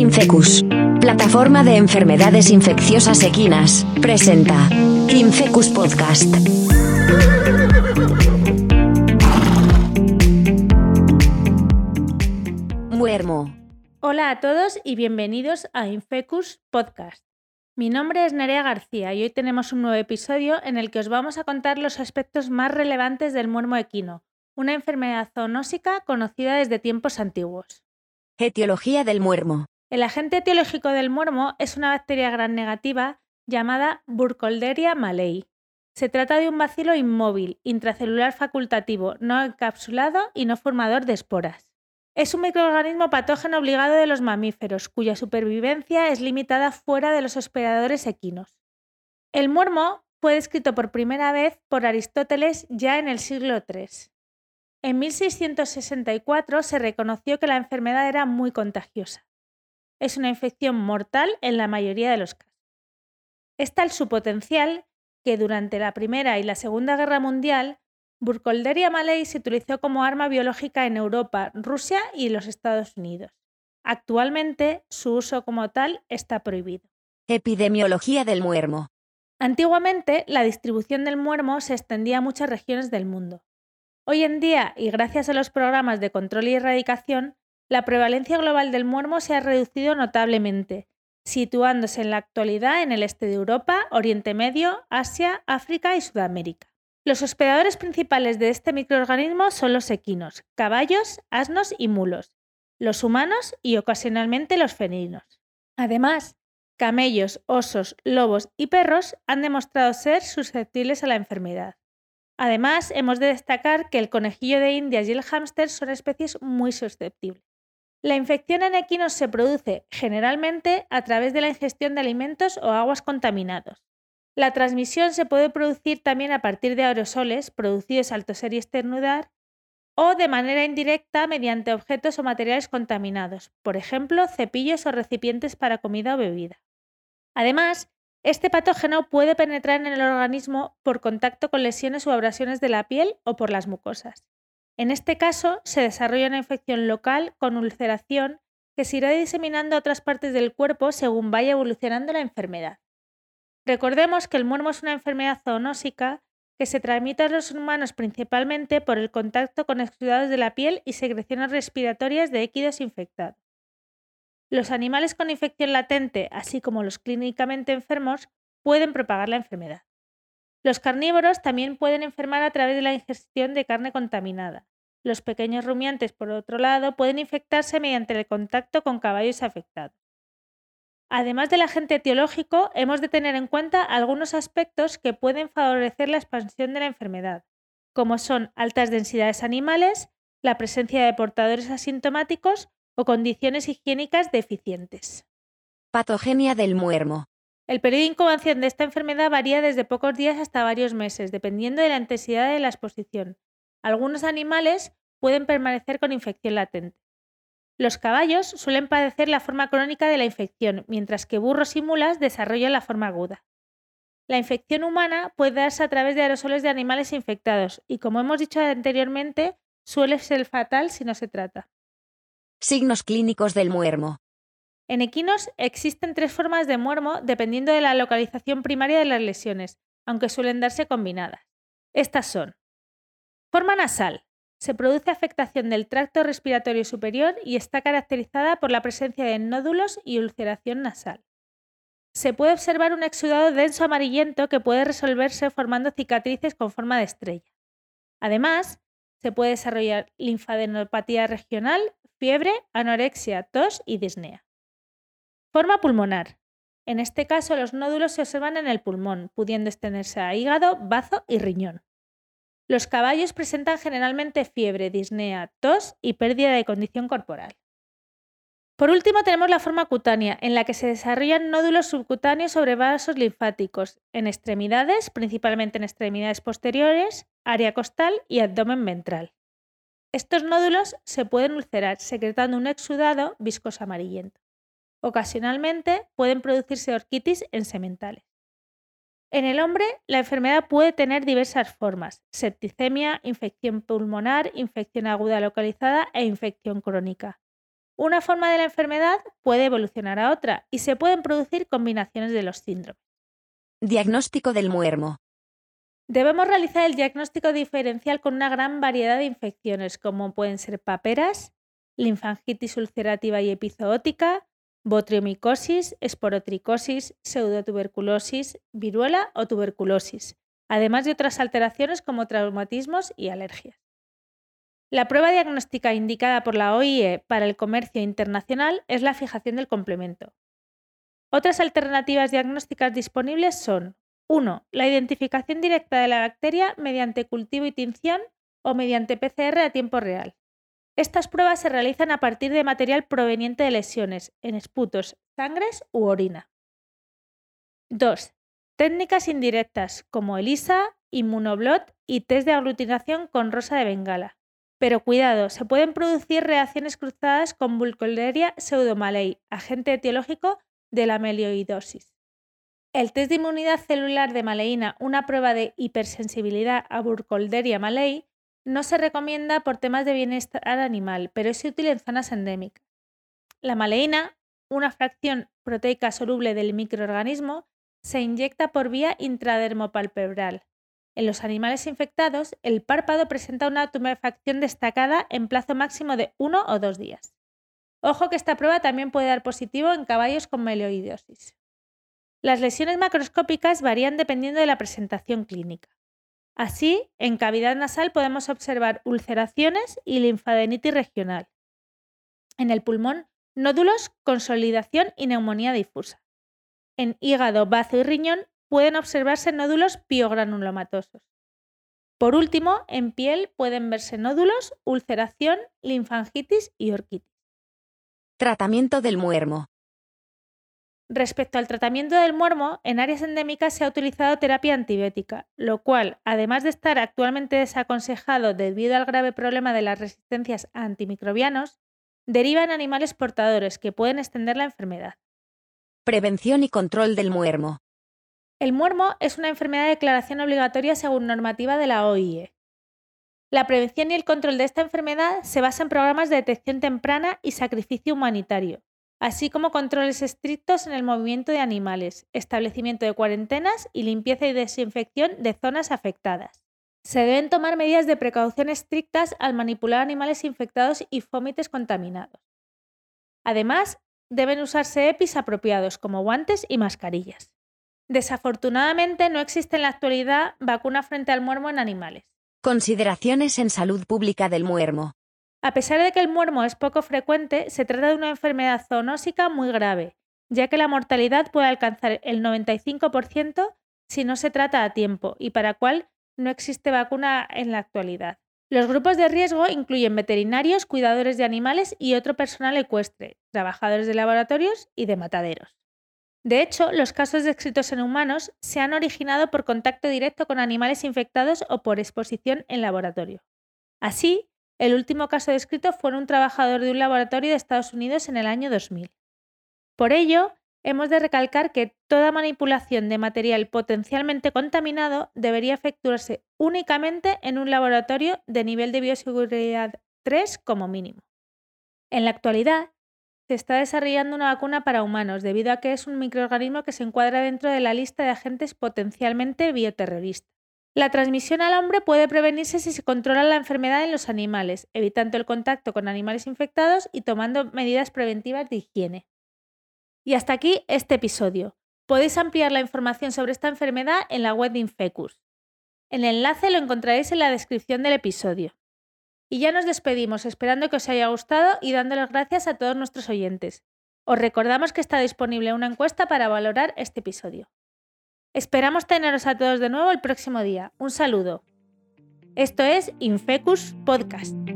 Infecus, plataforma de enfermedades infecciosas equinas, presenta Infecus Podcast. Muermo. Hola a todos y bienvenidos a Infecus Podcast. Mi nombre es Nerea García y hoy tenemos un nuevo episodio en el que os vamos a contar los aspectos más relevantes del muermo equino, una enfermedad zoonósica conocida desde tiempos antiguos. Etiología del muermo. El agente etiológico del muermo es una bacteria gram negativa llamada Burkholderia malei. Se trata de un bacilo inmóvil, intracelular facultativo, no encapsulado y no formador de esporas. Es un microorganismo patógeno obligado de los mamíferos, cuya supervivencia es limitada fuera de los hospedadores equinos. El muermo fue descrito por primera vez por Aristóteles ya en el siglo III. En 1664 se reconoció que la enfermedad era muy contagiosa. Es una infección mortal en la mayoría de los casos. Es tal su potencial que durante la Primera y la Segunda Guerra Mundial, Burkholderia malei se utilizó como arma biológica en Europa, Rusia y los Estados Unidos. Actualmente, su uso como tal está prohibido. Epidemiología del muermo. Antiguamente, la distribución del muermo se extendía a muchas regiones del mundo. Hoy en día, y gracias a los programas de control y erradicación, la prevalencia global del muermo se ha reducido notablemente, situándose en la actualidad en el este de Europa, Oriente Medio, Asia, África y Sudamérica. Los hospedadores principales de este microorganismo son los equinos, caballos, asnos y mulos, los humanos y ocasionalmente los felinos. Además, camellos, osos, lobos y perros han demostrado ser susceptibles a la enfermedad. Además, hemos de destacar que el conejillo de Indias y el hámster son especies muy susceptibles. La infección en equinos se produce generalmente a través de la ingestión de alimentos o aguas contaminados. La transmisión se puede producir también a partir de aerosoles producidos al toser y estornudar o de manera indirecta mediante objetos o materiales contaminados, por ejemplo, cepillos o recipientes para comida o bebida. Además, este patógeno puede penetrar en el organismo por contacto con lesiones o abrasiones de la piel o por las mucosas. En este caso, se desarrolla una infección local con ulceración que se irá diseminando a otras partes del cuerpo según vaya evolucionando la enfermedad. Recordemos que el muermo es una enfermedad zoonósica que se transmite a los humanos principalmente por el contacto con exudados de la piel y secreciones respiratorias de équidos infectados. Los animales con infección latente, así como los clínicamente enfermos, pueden propagar la enfermedad. Los carnívoros también pueden enfermar a través de la ingestión de carne contaminada. Los pequeños rumiantes, por otro lado, pueden infectarse mediante el contacto con caballos afectados. Además del agente etiológico, hemos de tener en cuenta algunos aspectos que pueden favorecer la expansión de la enfermedad, como son altas densidades animales, la presencia de portadores asintomáticos o condiciones higiénicas deficientes. Patogenia del muermo. El periodo de incubación de esta enfermedad varía desde pocos días hasta varios meses, dependiendo de la intensidad de la exposición. Algunos animales pueden permanecer con infección latente. Los caballos suelen padecer la forma crónica de la infección, mientras que burros y mulas desarrollan la forma aguda. La infección humana puede darse a través de aerosoles de animales infectados y, como hemos dicho anteriormente, suele ser fatal si no se trata. Signos clínicos del muermo. En equinos existen 3 formas de muermo dependiendo de la localización primaria de las lesiones, aunque suelen darse combinadas. Estas son: forma nasal. Se produce afectación del tracto respiratorio superior y está caracterizada por la presencia de nódulos y ulceración nasal. Se puede observar un exudado denso amarillento que puede resolverse formando cicatrices con forma de estrella. Además, se puede desarrollar linfadenopatía regional, fiebre, anorexia, tos y disnea. Forma pulmonar. En este caso, los nódulos se observan en el pulmón, pudiendo extenderse a hígado, bazo y riñón. Los caballos presentan generalmente fiebre, disnea, tos y pérdida de condición corporal. Por último, tenemos la forma cutánea, en la que se desarrollan nódulos subcutáneos sobre vasos linfáticos, en extremidades, principalmente en extremidades posteriores, área costal y abdomen ventral. Estos nódulos se pueden ulcerar, secretando un exudado viscoso amarillento. Ocasionalmente pueden producirse orquitis en sementales. En el hombre, la enfermedad puede tener diversas formas: septicemia, infección pulmonar, infección aguda localizada e infección crónica. una forma de la enfermedad puede evolucionar a otra y se pueden producir combinaciones de los síndromes. Diagnóstico del muermo. Debemos realizar el diagnóstico diferencial con una gran variedad de infecciones, como pueden ser paperas, linfangitis ulcerativa y epizootica, botriomicosis, esporotricosis, pseudotuberculosis, viruela o tuberculosis, además de otras alteraciones como traumatismos y alergias. La prueba diagnóstica indicada por la OIE para el comercio internacional es la fijación del complemento. Otras alternativas diagnósticas disponibles son 1. La identificación directa de la bacteria mediante cultivo y tinción o mediante PCR a tiempo real. Estas pruebas se realizan a partir de material proveniente de lesiones, en esputos, sangres u orina. 2. Técnicas indirectas como ELISA, inmunoblot y test de aglutinación con rosa de Bengala. Pero cuidado, se pueden producir reacciones cruzadas con Burkholderia pseudomallei, agente etiológico de la melioidosis. El test de inmunidad celular de maleína, una prueba de hipersensibilidad a Burkholderia mallei, no se recomienda por temas de bienestar animal, pero es útil en zonas endémicas. La maleína, una fracción proteica soluble del microorganismo, se inyecta por vía intradermopalpebral. En los animales infectados, el párpado presenta una tumefacción destacada en plazo máximo de 1 o 2 días. Ojo que esta prueba también puede dar positivo en caballos con melioidosis. Las lesiones macroscópicas varían dependiendo de la presentación clínica. Así, en cavidad nasal podemos observar ulceraciones y linfadenitis regional. En el pulmón, nódulos, consolidación y neumonía difusa. En hígado, bazo y riñón pueden observarse nódulos piogranulomatosos. Por último, en piel pueden verse nódulos, ulceración, linfangitis y orquitis. Tratamiento del muermo. Respecto al tratamiento del muermo, en áreas endémicas se ha utilizado terapia antibiótica, lo cual, además de estar actualmente desaconsejado debido al grave problema de las resistencias a antimicrobianos, deriva en animales portadores que pueden extender la enfermedad. Prevención y control del muermo. El muermo es una enfermedad de declaración obligatoria según normativa de la OIE. La prevención y el control de esta enfermedad se basa en programas de detección temprana y sacrificio humanitario, así como controles estrictos en el movimiento de animales, establecimiento de cuarentenas y limpieza y desinfección de zonas afectadas. Se deben tomar medidas de precaución estrictas al manipular animales infectados y fómites contaminados. Además, deben usarse EPIs apropiados como guantes y mascarillas. Desafortunadamente, no existe en la actualidad vacuna frente al muermo en animales. Consideraciones en salud pública del muermo. A pesar de que el muermo es poco frecuente, se trata de una enfermedad zoonósica muy grave, ya que la mortalidad puede alcanzar el 95% si no se trata a tiempo y para cual no existe vacuna en la actualidad. Los grupos de riesgo incluyen veterinarios, cuidadores de animales y otro personal ecuestre, trabajadores de laboratorios y de mataderos. De hecho, los casos descritos en humanos se han originado por contacto directo con animales infectados o por exposición en laboratorio. Así, el último caso descrito fue en un trabajador de un laboratorio de Estados Unidos en el año 2000. Por ello, hemos de recalcar que toda manipulación de material potencialmente contaminado debería efectuarse únicamente en un laboratorio de nivel de bioseguridad 3 como mínimo. En la actualidad, se está desarrollando una vacuna para humanos debido a que es un microorganismo que se encuadra dentro de la lista de agentes potencialmente bioterroristas. La transmisión al hombre puede prevenirse si se controla la enfermedad en los animales, evitando el contacto con animales infectados y tomando medidas preventivas de higiene. Y hasta aquí este episodio. Podéis ampliar la información sobre esta enfermedad en la web de Infecus. El enlace lo encontraréis en la descripción del episodio. Y ya nos despedimos, esperando que os haya gustado y dándoles gracias a todos nuestros oyentes. Os recordamos que está disponible una encuesta para valorar este episodio. Esperamos teneros a todos de nuevo el próximo día. Un saludo. Esto es Infecus Podcast.